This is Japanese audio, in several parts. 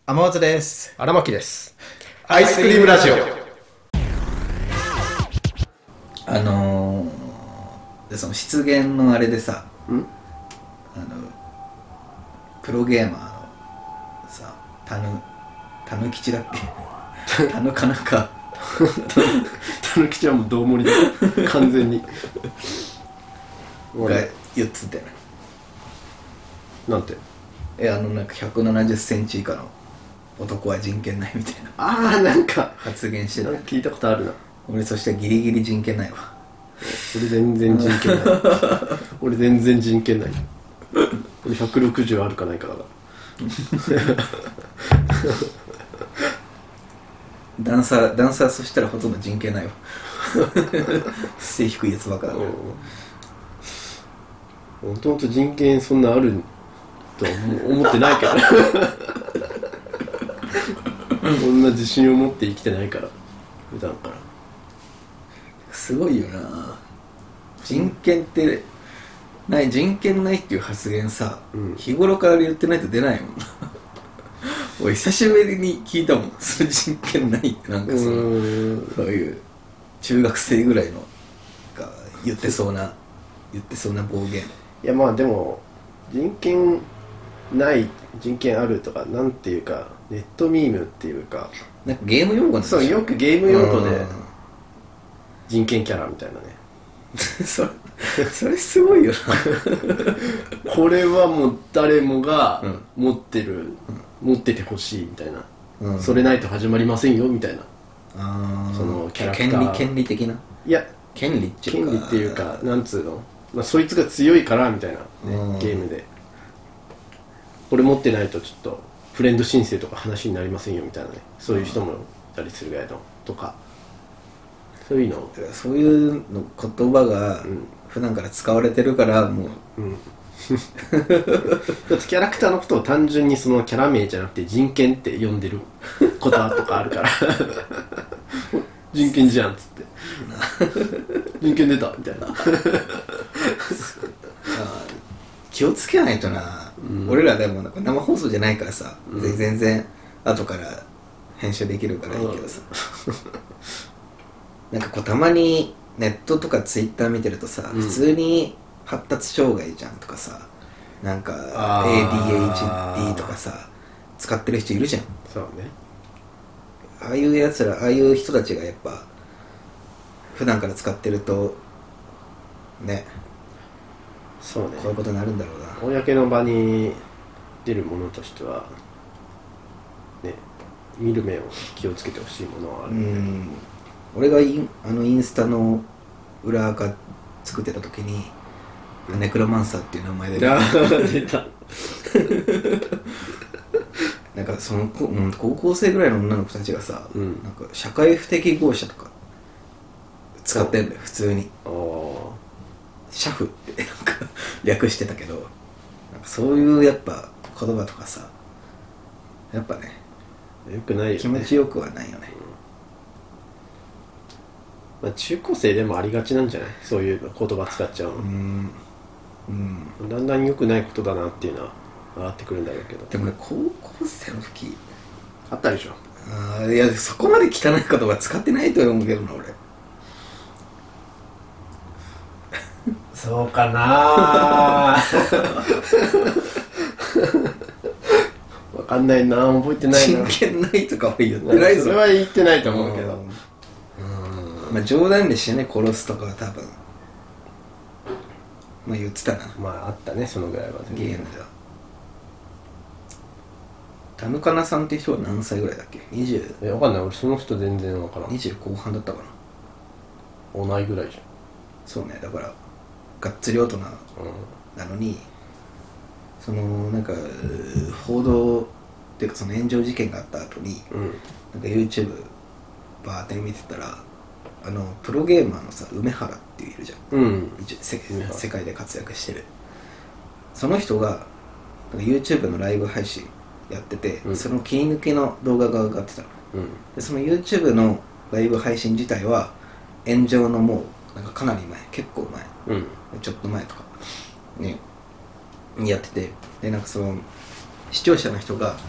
天松です。 荒牧です。 アイスクリームラジオ。 でその失言のあれでさ、プロゲーマーのさ、たぬきちだっけたぬかなかたぬきちはもうどう盛りだ完全にが言ってたよね。 なんてなんか170センチ以下の男は人権ないみたいななんか発言してた。 聞いたことあるな。 俺そしてギリギリ人権ないわ。 俺全然人権ない俺全然人権ない俺160あるかないかだダンサーそしたらほとんど人権ないわ背低いやつばっかだから。 もともと人権そんなあるとは思ってないからそんな自信を持って生きてないから普段から。 すごいよな。人権ってない、人権ないっていう発言さ、日頃から言ってないと出ないもん俺久しぶりに聞いたもん、それ人権ないって。なんかそういう中学生ぐらいのが言ってそうな暴言。 いやまあでも人権ない人権あるとかなんていうかネットミームっていうかなんかゲーム用語なんでしょ。 そうよくゲーム用語で人権キャラみたいなねそれすごいよなこれはもう誰もが持っててほしいみたいな、それないと始まりませんよみたいな、そのキャラクター権利的な。 いや権利っていうかなんつうの、まあ、そいつが強いからみたいな、ね、ゲームでこれ持ってないとちょっとフレンド申請とか話になりませんよみたいなね、そういう人もいたりするぐらいのとか、そういうの言葉が普段から使われてるからもう、 だってキャラクターのことを単純にそのキャラ名じゃなくて人権って呼んでることとかあるから人権じゃんっつって人権出たみたいな気をつけないとな、俺らでもなんか生放送じゃないからさ、全然後から編集できるからいいけどさなんかこうたまにネットとかツイッター見てるとさ、普通に発達障害じゃんとかさ、なんか ADHD とかさ使ってる人いるじゃん。 そうね。 ああいう人たちがやっぱ普段から使ってるとね、 そうね、 こういうことになるんだろうな。 公の場に出るものとしてはね、見る目を気をつけてほしいものはあるんで、 俺がインスタの裏垢作ってた時にネクロマンサーっていう名前で出たなんかその高校生ぐらいの女の子たちがさ、なんか社会不適合者とか使ってんだよ普通に。社フってなんか略してたけど、なんかそういうやっぱ言葉とかさ、やっぱねよくないよね、 気持ちよくはないよね。 まあ、中高生でもありがちなんじゃない、そういう言葉使っちゃうの。だんだん良くないことだなっていうのは上がってくるんだろうけど。 でもね、高校生の時あったでしょ。 いやそこまで汚い言葉使ってないと思うけどな俺。 そうかな分かんないな、覚えてないな。 人権ないとかは言ってないぞ。 それは言ってないと思うけど、 まあ冗談でしてね、殺すとかは多分まあ言ってたな。 まああったね、そのぐらいは。 ゲームでは。田ヌカナさんって人は何歳ぐらいだっけ。20？ 分かんない、俺その人全然分からん。 20後半だったかな。 同いぐらいじゃん。 そうね、だからがっつり大人なのに、そのなんか報道っていうかその炎上事件があった後に、なんか YouTube バーって見てたら、プロゲーマーのさ梅原っていういるじゃん、世界で活躍してるその人がなんか YouTube のライブ配信やってて、その切り抜きの動画が上がってたの、でその YouTube のライブ配信自体は炎上のもうなんかかなり前、結構前、ちょっと前とかにやってて、でなんかその視聴者の人が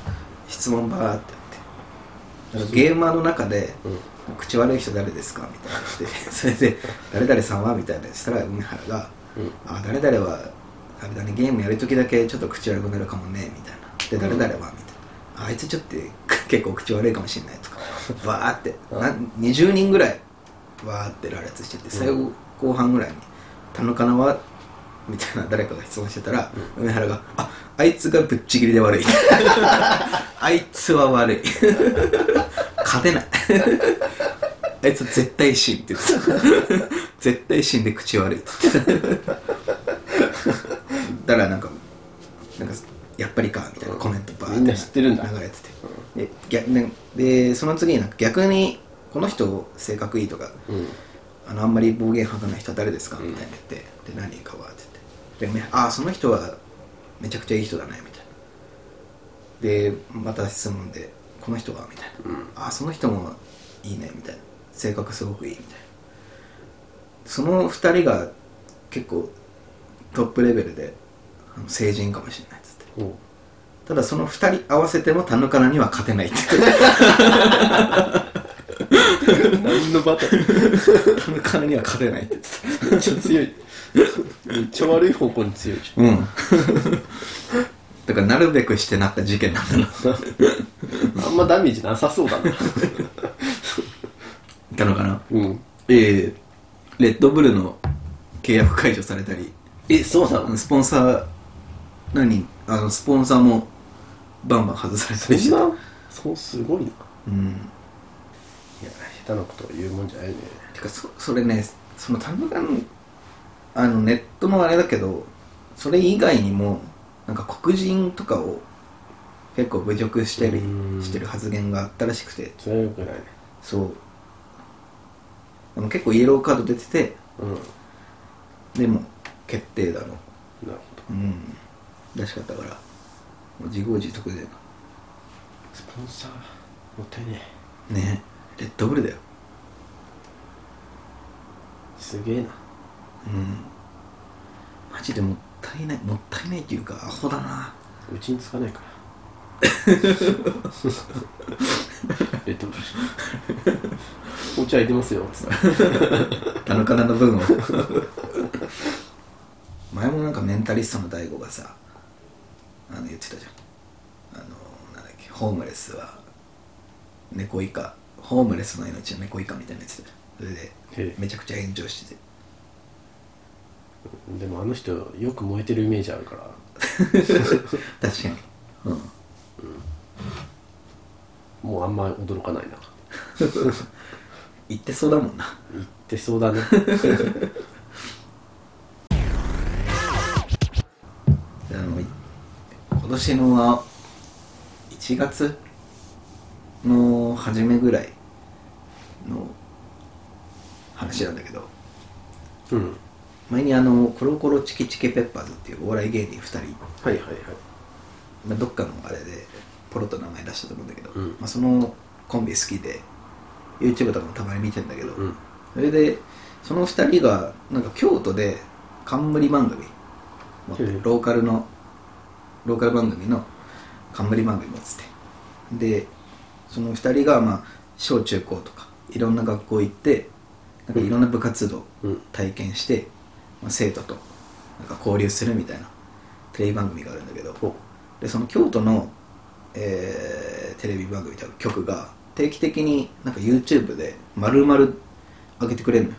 質問バーってやってゲーマーの中で、口悪い人誰ですかみたいなってそれで誰々さんはみたいなしたら梅原が、あ誰々はあれだねゲームやるときだけちょっと口悪くなるかもねみたいなで誰々はみたいなあいつちょっと結構口悪いかもしれないとかバーって20人ぐらいバーって羅列してて最後後半ぐらいに田中菜はみたいな誰かが質問してたら、梅原があいつがぶっちぎりで悪いあいつは悪い勝てないあいつ絶対死んって言ってた絶対死んで口悪いって言ってただからなんかやっぱりかみたいなコメントバーってみんな知ってるんだ流れててでその次になんか逆にこの人性格いいとか、あんまり暴言吐かない人は誰ですかみたいな言ってで何人かはって言ってでその人はめちゃくちゃいい人だねみたいなでまた質問でこの人はみたいな、その人もいいねみたいな性格すごくいいみたいなその2人が結構トップレベルで成人かもしれないっつってただその2人合わせても田中菜には勝てないって何のバトル田中菜には勝てないって言ってめっちゃ強いめっちゃ悪い方向に強いじただからなるべくしてなった事件なんだなゃんあんまダメージなさそうだなたのかなレッドブルの契約解除されたりそうなのスポンサースポンサーもバンバン外されたりしてそうすごいな。いや下手なことを言うもんじゃないね。 てかそれねその田中のネットのあれだけどそれ以外にもなんか黒人とかを結構侮辱してる発言があったらしくてそれはよくないね。 そうでも結構イエローカード出てて、でも決定だろなるほらしかったからもう自業自得だよスポンサーもったいねねレッドブルだよすげえな。 マジでもったいないっていうかアホだなうちにつかないからレッドブルお茶入れますよつって田中菜の分を前もなんかメンタリストの大悟がさ言ってたじゃんなんだっけホームレスは猫以下ホームレスの命は猫以下みたいなやつでそれでめちゃくちゃ炎上しててでもあの人よく燃えてるイメージあるから確かにもうあんま驚かないな言ってそうだもんな言ってそうだね今年の1月の初めぐらいの話なんだけど、前にコロコロチキチキペッパーズっていうお笑い芸人2人、どっかのあれでポロッと名前出したと思うんだけど、そのコンビ好きで YouTube とかもたまに見てんだけど、それでその2人がなんか京都で冠番組持ってローカル番組の冠番組持っててでその2人が小中高とかいろんな学校行ってなんかいろんな部活動体験して、生徒となんか交流するみたいなテレビ番組があるんだけど、でその京都の、テレビ番組というか局が定期的になんか YouTube で丸々上げてくれるのよ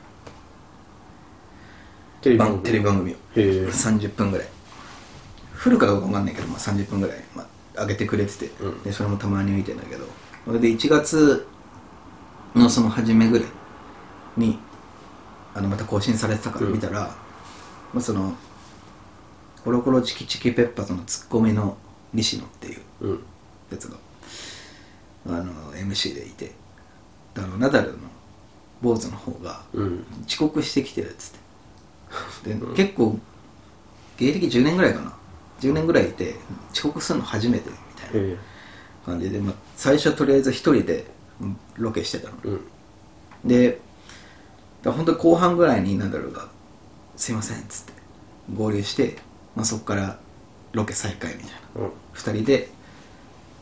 テレビ番組を30分ぐらいフルかどうか分かんないけど、30分ぐらい、上げてくれてて、でそれもたまに見てんだけどそれで1月のその初めぐらいにまた更新されてたから見たら、そのコロコロチキチキペッパーズのツッコミの西野っていうやつが、MC でいてナダルの坊主の方が遅刻してきてるっつってで、結構芸歴10年ぐらいかな10年ぐらいいて遅刻するの初めてみたいな感じで、最初とりあえず一人でロケしてたの、で本当に後半ぐらいにナダルが「すいません」っつって合流して、そこからロケ再開みたいな、2人で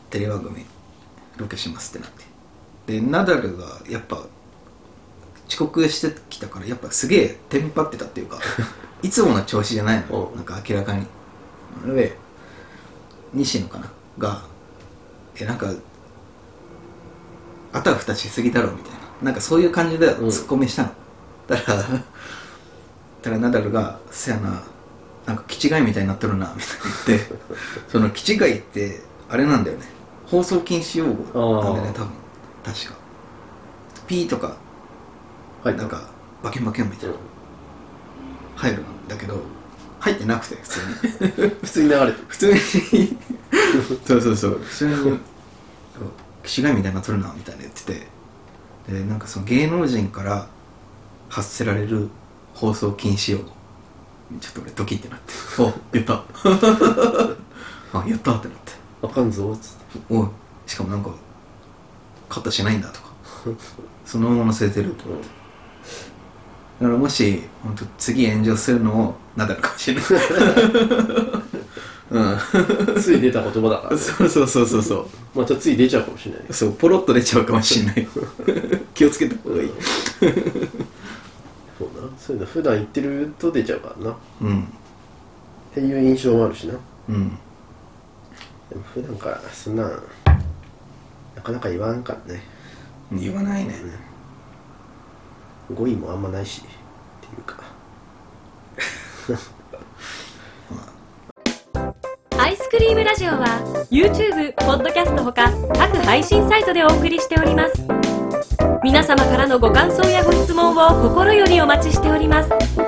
テレビ番組ロケしますってなって、でナダルがやっぱ遅刻してきたからやっぱすげえテンパってたっていうかいつもの調子じゃないの、なんか明らかに。で西野かながなんかあたふたしすぎだろみたいな、なんかそういう感じでツッコミしたの、だからナダルが「せやな、なんか気違いみたいになってるな」みたいに言ってその気違いってあれなんだよね、放送禁止用語なんだよね多分、確かピーとか、 はい、 なんかバキュンバキュンみたいな入るんだけど入ってなくて普通に普通に流れてる、 普通にそう普通に気違いみたいになっとるなみたいな言ってて、でなんかその芸能人から発せられる放送禁止用語、ちょっと俺ドキってなってお言ったあやったってなって、 あかんぞっつって、 おいしかもなんかカットしないんだとかそのまま載せてると思って、だからもし本当次炎上するのをナダルかもしれないつい出た言葉だから、ね、 そうまたつい出ちゃうかもしれない、 そうポロッと出ちゃうかもしれない気をつけた方がいいそうな、そういうの普段言ってると出ちゃうからな、っていう印象もあるしな。でも普段からそんななかなか言わんからね。 言わないね、 語彙もあんまないしっていうかアイスクリームラジオは YouTube、ポッドキャストほか各配信サイトでお送りしております。皆様からのご感想やご質問を心よりお待ちしております。